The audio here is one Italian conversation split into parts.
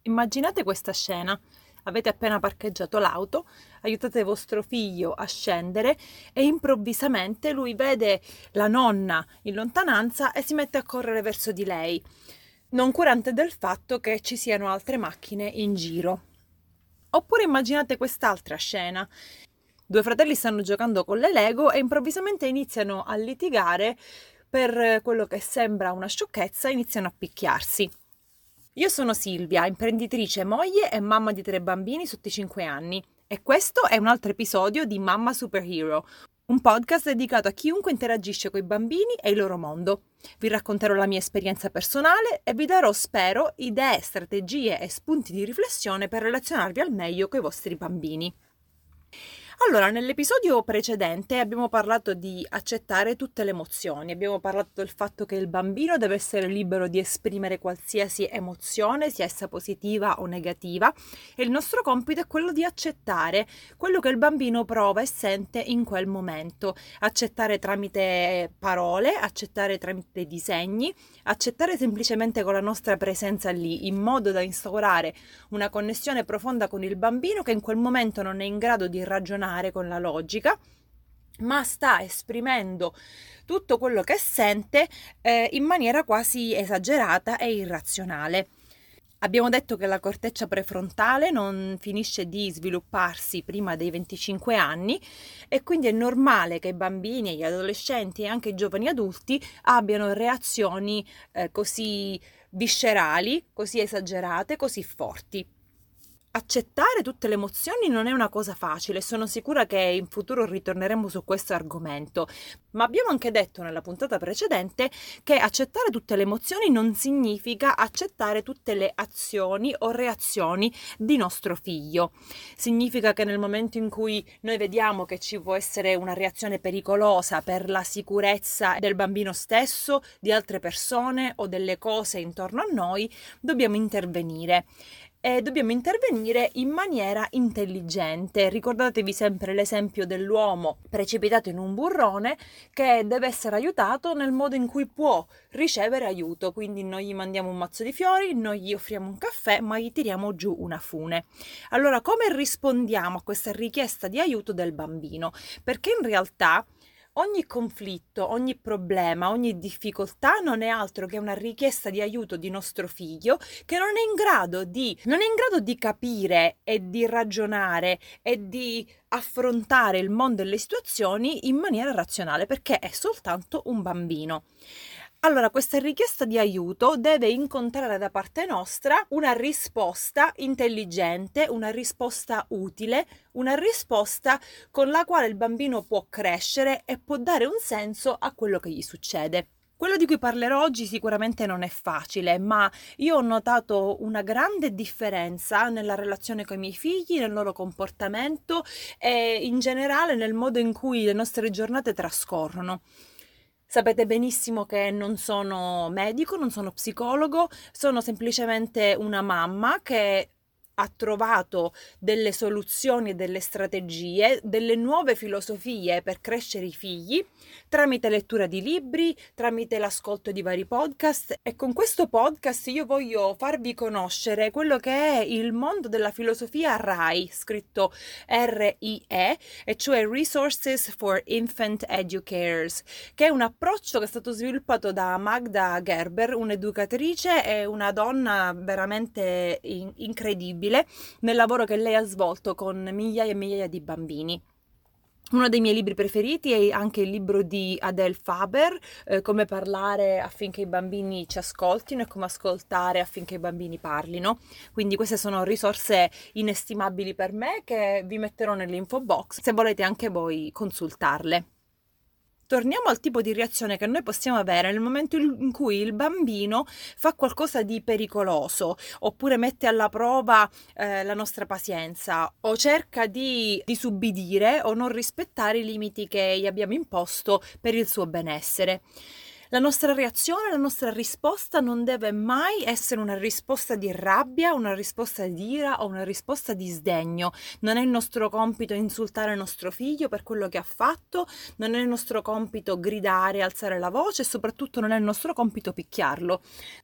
Immaginate questa scena. Avete appena parcheggiato l'auto, aiutate vostro figlio a scendere e improvvisamente lui vede la nonna in lontananza e si mette a correre verso di lei, non curante del fatto che ci siano altre macchine in giro. Oppure immaginate quest'altra scena. Due fratelli stanno giocando con le Lego e improvvisamente iniziano a litigare per quello che sembra una sciocchezza, iniziano a picchiarsi. Io sono Silvia, imprenditrice, moglie e mamma di 3 bambini sotto i 5 anni e questo è un altro episodio di Mamma Superhero, un podcast dedicato a chiunque interagisce con i bambini e il loro mondo. Vi racconterò la mia esperienza personale e vi darò, spero, idee, strategie e spunti di riflessione per relazionarvi al meglio con i vostri bambini. Allora, nell'episodio precedente abbiamo parlato di accettare tutte le emozioni, abbiamo parlato del fatto che il bambino deve essere libero di esprimere qualsiasi emozione, sia essa positiva o negativa, e il nostro compito è quello di accettare quello che il bambino prova e sente in quel momento, accettare tramite parole, accettare tramite disegni, accettare semplicemente con la nostra presenza lì, in modo da instaurare una connessione profonda con il bambino che in quel momento non è in grado di ragionare con la logica, ma sta esprimendo tutto quello che sente in maniera quasi esagerata e irrazionale. Abbiamo detto che la corteccia prefrontale non finisce di svilupparsi prima dei 25 anni e quindi è normale che i bambini, gli adolescenti e anche i giovani adulti abbiano reazioni così viscerali, così esagerate, così forti. Accettare tutte le emozioni non è una cosa facile, sono sicura che in futuro ritorneremo su questo argomento, ma abbiamo anche detto nella puntata precedente che accettare tutte le emozioni non significa accettare tutte le azioni o reazioni di nostro figlio. Significa che nel momento in cui noi vediamo che ci può essere una reazione pericolosa per la sicurezza del bambino stesso, di altre persone o delle cose intorno a noi, dobbiamo intervenire. E dobbiamo intervenire in maniera intelligente. Ricordatevi sempre l'esempio dell'uomo precipitato in un burrone che deve essere aiutato nel modo in cui può ricevere aiuto. Quindi noi gli mandiamo un mazzo di fiori, noi gli offriamo un caffè, ma gli tiriamo giù una fune. Allora, come rispondiamo a questa richiesta di aiuto del bambino? Perché in realtà ogni conflitto, ogni problema, ogni difficoltà non è altro che una richiesta di aiuto di nostro figlio che non è in grado di capire e di ragionare e di affrontare il mondo e le situazioni in maniera razionale, perché è soltanto un bambino. Allora, questa richiesta di aiuto deve incontrare da parte nostra una risposta intelligente, una risposta utile, una risposta con la quale il bambino può crescere e può dare un senso a quello che gli succede. Quello di cui parlerò oggi sicuramente non è facile, ma io ho notato una grande differenza nella relazione con i miei figli, nel loro comportamento e in generale nel modo in cui le nostre giornate trascorrono. Sapete benissimo che non sono medico, non sono psicologo, sono semplicemente una mamma che ha trovato delle soluzioni e delle strategie, delle nuove filosofie per crescere i figli tramite lettura di libri, tramite l'ascolto di vari podcast, e con questo podcast io voglio farvi conoscere quello che è il mondo della filosofia RIE, scritto RIE, e cioè Resources for Infant Educators, che è un approccio che è stato sviluppato da Magda Gerber, un'educatrice e una donna veramente incredibile nel lavoro che lei ha svolto con migliaia e migliaia di bambini. Uno dei miei libri preferiti è anche il libro di Adele Faber, Come parlare affinché i bambini ci ascoltino e come ascoltare affinché i bambini parlino. Quindi queste sono risorse inestimabili per me che vi metterò nell'info box se volete anche voi consultarle. Torniamo al tipo di reazione che noi possiamo avere nel momento in cui il bambino fa qualcosa di pericoloso, oppure mette alla prova la nostra pazienza, o cerca di disubbidire o non rispettare i limiti che gli abbiamo imposto per il suo benessere. La nostra reazione, la nostra risposta non deve mai essere una risposta di rabbia, una risposta di ira o una risposta di sdegno. Non è il nostro compito insultare il nostro figlio per quello che ha fatto, non è il nostro compito gridare, alzare la voce e soprattutto non è il nostro compito picchiarlo.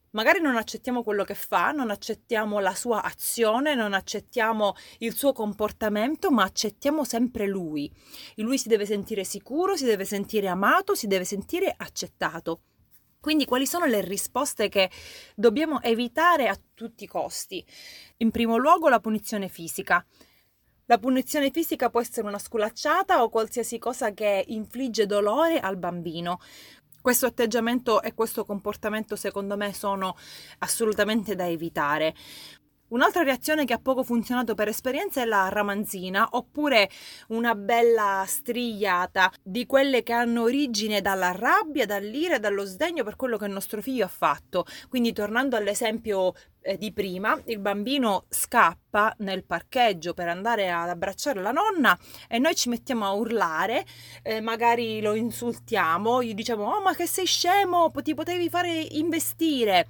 Magari non accettiamo quello che fa, non accettiamo la sua azione, non accettiamo il suo comportamento, ma accettiamo sempre lui. Lui si deve sentire sicuro, si deve sentire amato, si deve sentire accettato. Quindi quali sono le risposte che dobbiamo evitare a tutti i costi? In primo luogo la punizione fisica. La punizione fisica può essere una sculacciata o qualsiasi cosa che infligge dolore al bambino. Questo atteggiamento e questo comportamento secondo me sono assolutamente da evitare. Un'altra reazione che ha poco funzionato per esperienza è la ramanzina, oppure una bella strigliata di quelle che hanno origine dalla rabbia, dall'ira e dallo sdegno per quello che il nostro figlio ha fatto. Quindi tornando all'esempio di prima, il bambino scappa nel parcheggio per andare ad abbracciare la nonna e noi ci mettiamo a urlare, magari lo insultiamo, gli diciamo "Oh, ma che sei scemo, ti potevi fare investire",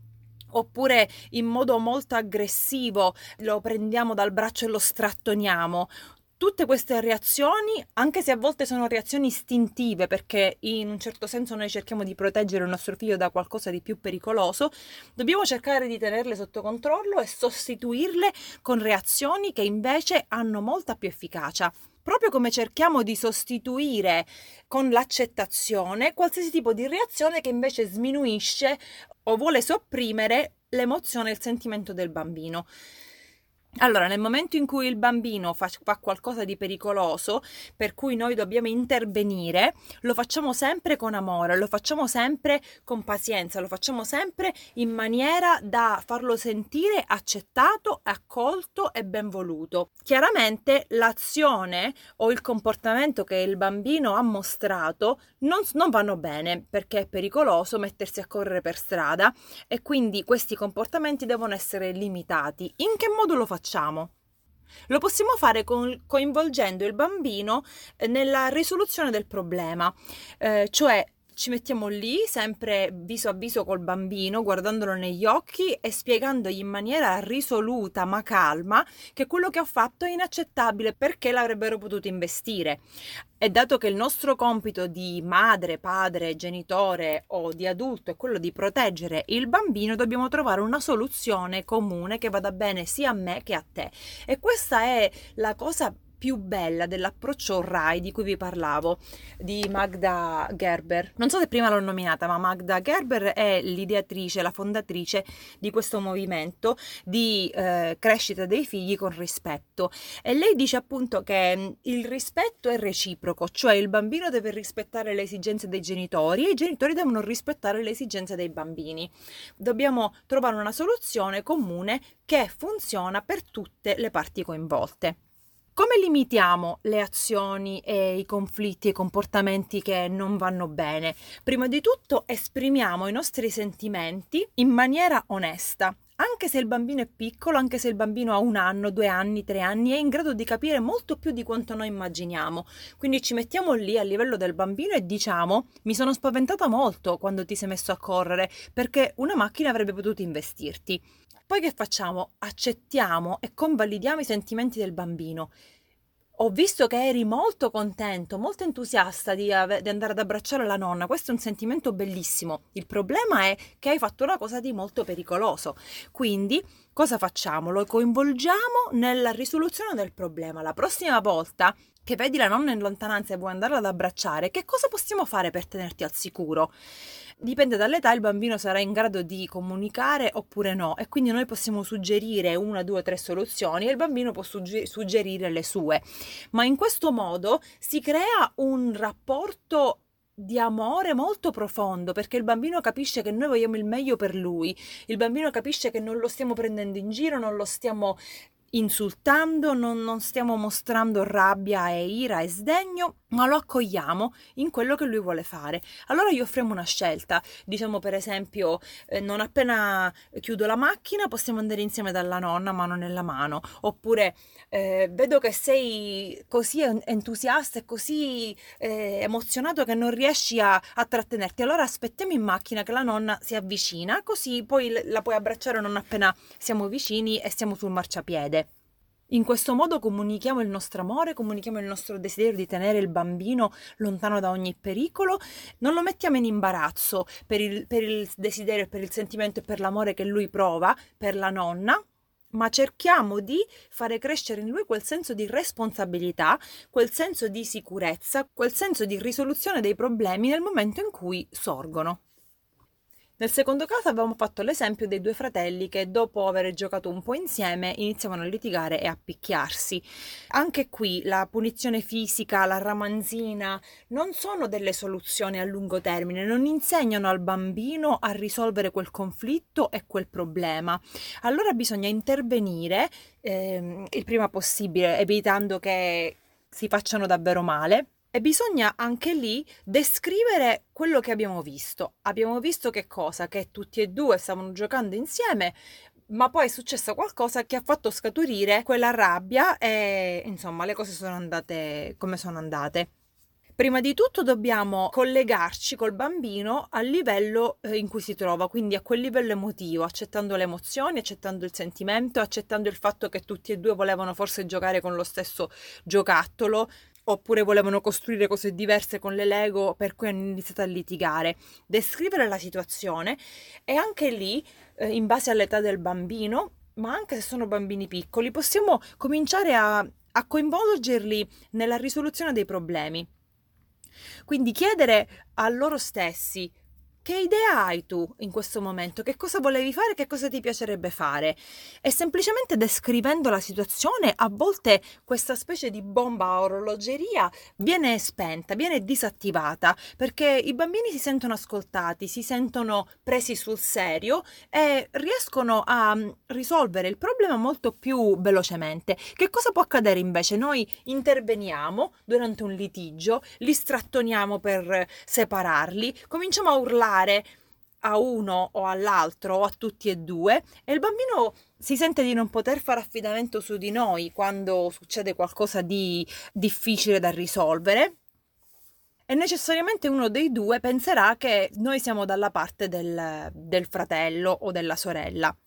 oppure in modo molto aggressivo lo prendiamo dal braccio e lo strattoniamo. Tutte queste reazioni, anche se a volte sono reazioni istintive, perché in un certo senso noi cerchiamo di proteggere il nostro figlio da qualcosa di più pericoloso, dobbiamo cercare di tenerle sotto controllo e sostituirle con reazioni che invece hanno molta più efficacia. Proprio come cerchiamo di sostituire con l'accettazione qualsiasi tipo di reazione che invece sminuisce o vuole sopprimere l'emozione e il sentimento del bambino. Allora, nel momento in cui il bambino fa qualcosa di pericoloso, per cui noi dobbiamo intervenire, lo facciamo sempre con amore, lo facciamo sempre con pazienza, lo facciamo sempre in maniera da farlo sentire accettato, accolto e ben voluto. Chiaramente l'azione o il comportamento che il bambino ha mostrato non vanno bene, perché è pericoloso mettersi a correre per strada e quindi questi comportamenti devono essere limitati. In che modo lo facciamo? Lo possiamo fare coinvolgendo il bambino nella risoluzione del problema, cioè ci mettiamo lì sempre viso a viso col bambino, guardandolo negli occhi e spiegandogli in maniera risoluta ma calma che quello che ho fatto è inaccettabile, perché l'avrebbero potuto investire. E dato che il nostro compito di madre, padre, genitore o di adulto è quello di proteggere il bambino, dobbiamo trovare una soluzione comune che vada bene sia a me che a te. E questa è la cosa più bella dell'approccio RAI di cui vi parlavo, di Magda Gerber. Non so se prima l'ho nominata, ma Magda Gerber è l'ideatrice, la fondatrice di questo movimento di crescita dei figli con rispetto. E lei dice appunto che il rispetto è reciproco, cioè il bambino deve rispettare le esigenze dei genitori e i genitori devono rispettare le esigenze dei bambini. Dobbiamo trovare una soluzione comune che funziona per tutte le parti coinvolte. Come limitiamo le azioni e i conflitti e i comportamenti che non vanno bene? Prima di tutto esprimiamo i nostri sentimenti in maniera onesta. Anche se il bambino è piccolo, anche se il bambino ha 1 anno, 2 anni, 3 anni, è in grado di capire molto più di quanto noi immaginiamo. Quindi ci mettiamo lì a livello del bambino e diciamo: mi sono spaventata molto quando ti sei messo a correre, perché una macchina avrebbe potuto investirti. Poi che facciamo? Accettiamo e convalidiamo i sentimenti del bambino. Ho visto che eri molto contento, molto entusiasta di andare ad abbracciare la nonna. Questo è un sentimento bellissimo. Il problema è che hai fatto una cosa di molto pericoloso. Quindi cosa facciamo? Lo coinvolgiamo nella risoluzione del problema. La prossima volta che vedi la nonna in lontananza e vuoi andarla ad abbracciare, che cosa possiamo fare per tenerti al sicuro? Dipende dall'età, il bambino sarà in grado di comunicare oppure no, e quindi noi possiamo suggerire 1, 2, 3 soluzioni e il bambino può suggerire le sue. Ma in questo modo si crea un rapporto di amore molto profondo, perché il bambino capisce che noi vogliamo il meglio per lui, il bambino capisce che non lo stiamo prendendo in giro, non lo stiamo insultando, non stiamo mostrando rabbia e ira e sdegno, ma lo accogliamo in quello che lui vuole fare. Allora gli offriamo una scelta, diciamo per esempio non appena chiudo la macchina possiamo andare insieme dalla nonna mano nella mano, oppure vedo che sei così entusiasta e così emozionato che non riesci a trattenerti, allora aspettiamo in macchina che la nonna si avvicina, così poi la puoi abbracciare non appena siamo vicini e siamo sul marciapiede. In questo modo comunichiamo il nostro amore, comunichiamo il nostro desiderio di tenere il bambino lontano da ogni pericolo, non lo mettiamo in imbarazzo per il desiderio, per il sentimento e per l'amore che lui prova per la nonna, ma cerchiamo di fare crescere in lui quel senso di responsabilità, quel senso di sicurezza, quel senso di risoluzione dei problemi nel momento in cui sorgono. Nel secondo caso avevamo fatto l'esempio dei due fratelli che dopo aver giocato un po' insieme iniziavano a litigare e a picchiarsi. Anche qui la punizione fisica, la ramanzina non sono delle soluzioni a lungo termine, non insegnano al bambino a risolvere quel conflitto e quel problema. Allora bisogna intervenire il prima possibile, evitando che si facciano davvero male. E bisogna anche lì descrivere quello che abbiamo visto. Abbiamo visto che cosa? Che tutti e due stavano giocando insieme, ma poi è successo qualcosa che ha fatto scaturire quella rabbia e insomma le cose sono andate come sono andate. Prima di tutto dobbiamo collegarci col bambino al livello in cui si trova, quindi a quel livello emotivo, accettando le emozioni, accettando il sentimento, accettando il fatto che tutti e due volevano forse giocare con lo stesso giocattolo, oppure volevano costruire cose diverse con le Lego, per cui hanno iniziato a litigare. Descrivere la situazione e anche lì, in base all'età del bambino, ma anche se sono bambini piccoli, possiamo cominciare a coinvolgerli nella risoluzione dei problemi. Quindi chiedere a loro stessi: che idea hai tu in questo momento? Che cosa volevi fare? Che cosa ti piacerebbe fare? E semplicemente descrivendo la situazione, a volte questa specie di bomba a orologeria viene spenta, viene disattivata, perché i bambini si sentono ascoltati, si sentono presi sul serio e riescono a risolvere il problema molto più velocemente. Che cosa può accadere invece? Noi interveniamo durante un litigio, li strattoniamo per separarli, cominciamo a urlare a uno o all'altro o a tutti e due e il bambino si sente di non poter fare affidamento su di noi quando succede qualcosa di difficile da risolvere e necessariamente uno dei due penserà che noi siamo dalla parte del fratello o della sorella.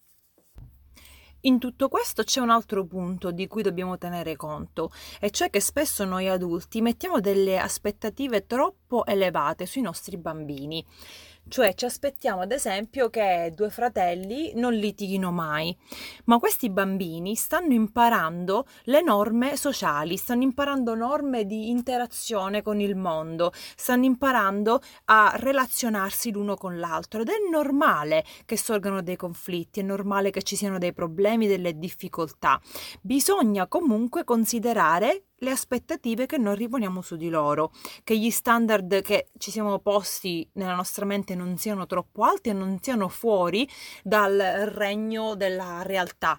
In tutto questo c'è un altro punto di cui dobbiamo tenere conto, e cioè che spesso noi adulti mettiamo delle aspettative troppo elevate sui nostri bambini. Cioè ci aspettiamo ad esempio che due fratelli non litighino mai, ma questi bambini stanno imparando le norme sociali, stanno imparando norme di interazione con il mondo, stanno imparando a relazionarsi l'uno con l'altro ed è normale che sorgano dei conflitti, è normale che ci siano dei problemi, delle difficoltà. Bisogna comunque considerare le aspettative che noi riponiamo su di loro, che gli standard che ci siamo posti nella nostra mente non siano troppo alti e non siano fuori dal regno della realtà.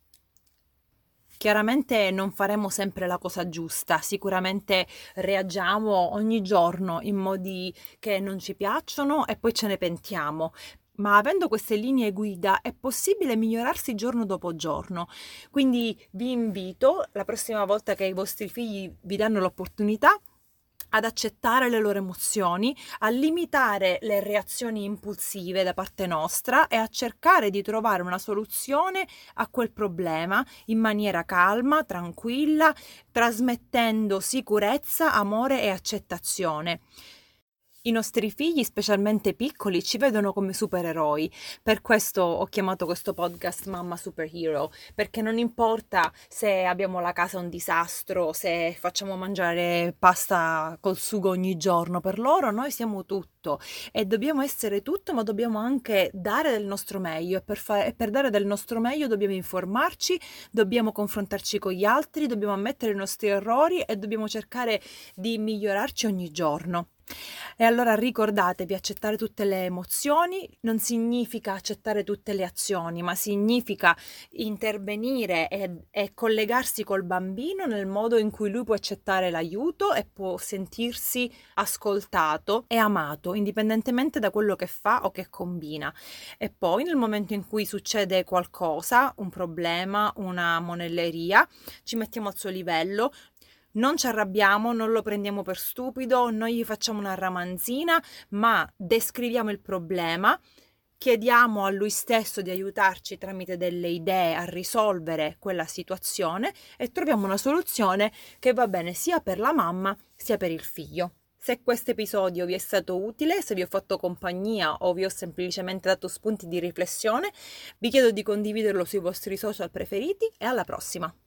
Chiaramente non faremo sempre la cosa giusta, sicuramente reagiamo ogni giorno in modi che non ci piacciono e poi ce ne pentiamo. Ma avendo queste linee guida è possibile migliorarsi giorno dopo giorno. Quindi vi invito, la prossima volta che i vostri figli vi danno l'opportunità, ad accettare le loro emozioni, a limitare le reazioni impulsive da parte nostra e a cercare di trovare una soluzione a quel problema in maniera calma, tranquilla, trasmettendo sicurezza, amore e accettazione. I nostri figli, specialmente piccoli, ci vedono come supereroi. Per questo ho chiamato questo podcast Mamma Superhero, perché non importa se abbiamo la casa un disastro, se facciamo mangiare pasta col sugo ogni giorno, per loro noi siamo tutto e dobbiamo essere tutto, ma dobbiamo anche dare del nostro meglio e per dare del nostro meglio dobbiamo informarci, dobbiamo confrontarci con gli altri, dobbiamo ammettere i nostri errori e dobbiamo cercare di migliorarci ogni giorno. E allora ricordatevi, accettare tutte le emozioni non significa accettare tutte le azioni, ma significa intervenire e collegarsi col bambino nel modo in cui lui può accettare l'aiuto e può sentirsi ascoltato e amato, indipendentemente da quello che fa o che combina. E poi nel momento in cui succede qualcosa, un problema, una monelleria, ci mettiamo al suo livello. Non ci arrabbiamo, non lo prendiamo per stupido, non gli facciamo una ramanzina, ma descriviamo il problema, chiediamo a lui stesso di aiutarci tramite delle idee a risolvere quella situazione e troviamo una soluzione che va bene sia per la mamma sia per il figlio. Se questo episodio vi è stato utile, se vi ho fatto compagnia o vi ho semplicemente dato spunti di riflessione, vi chiedo di condividerlo sui vostri social preferiti e alla prossima!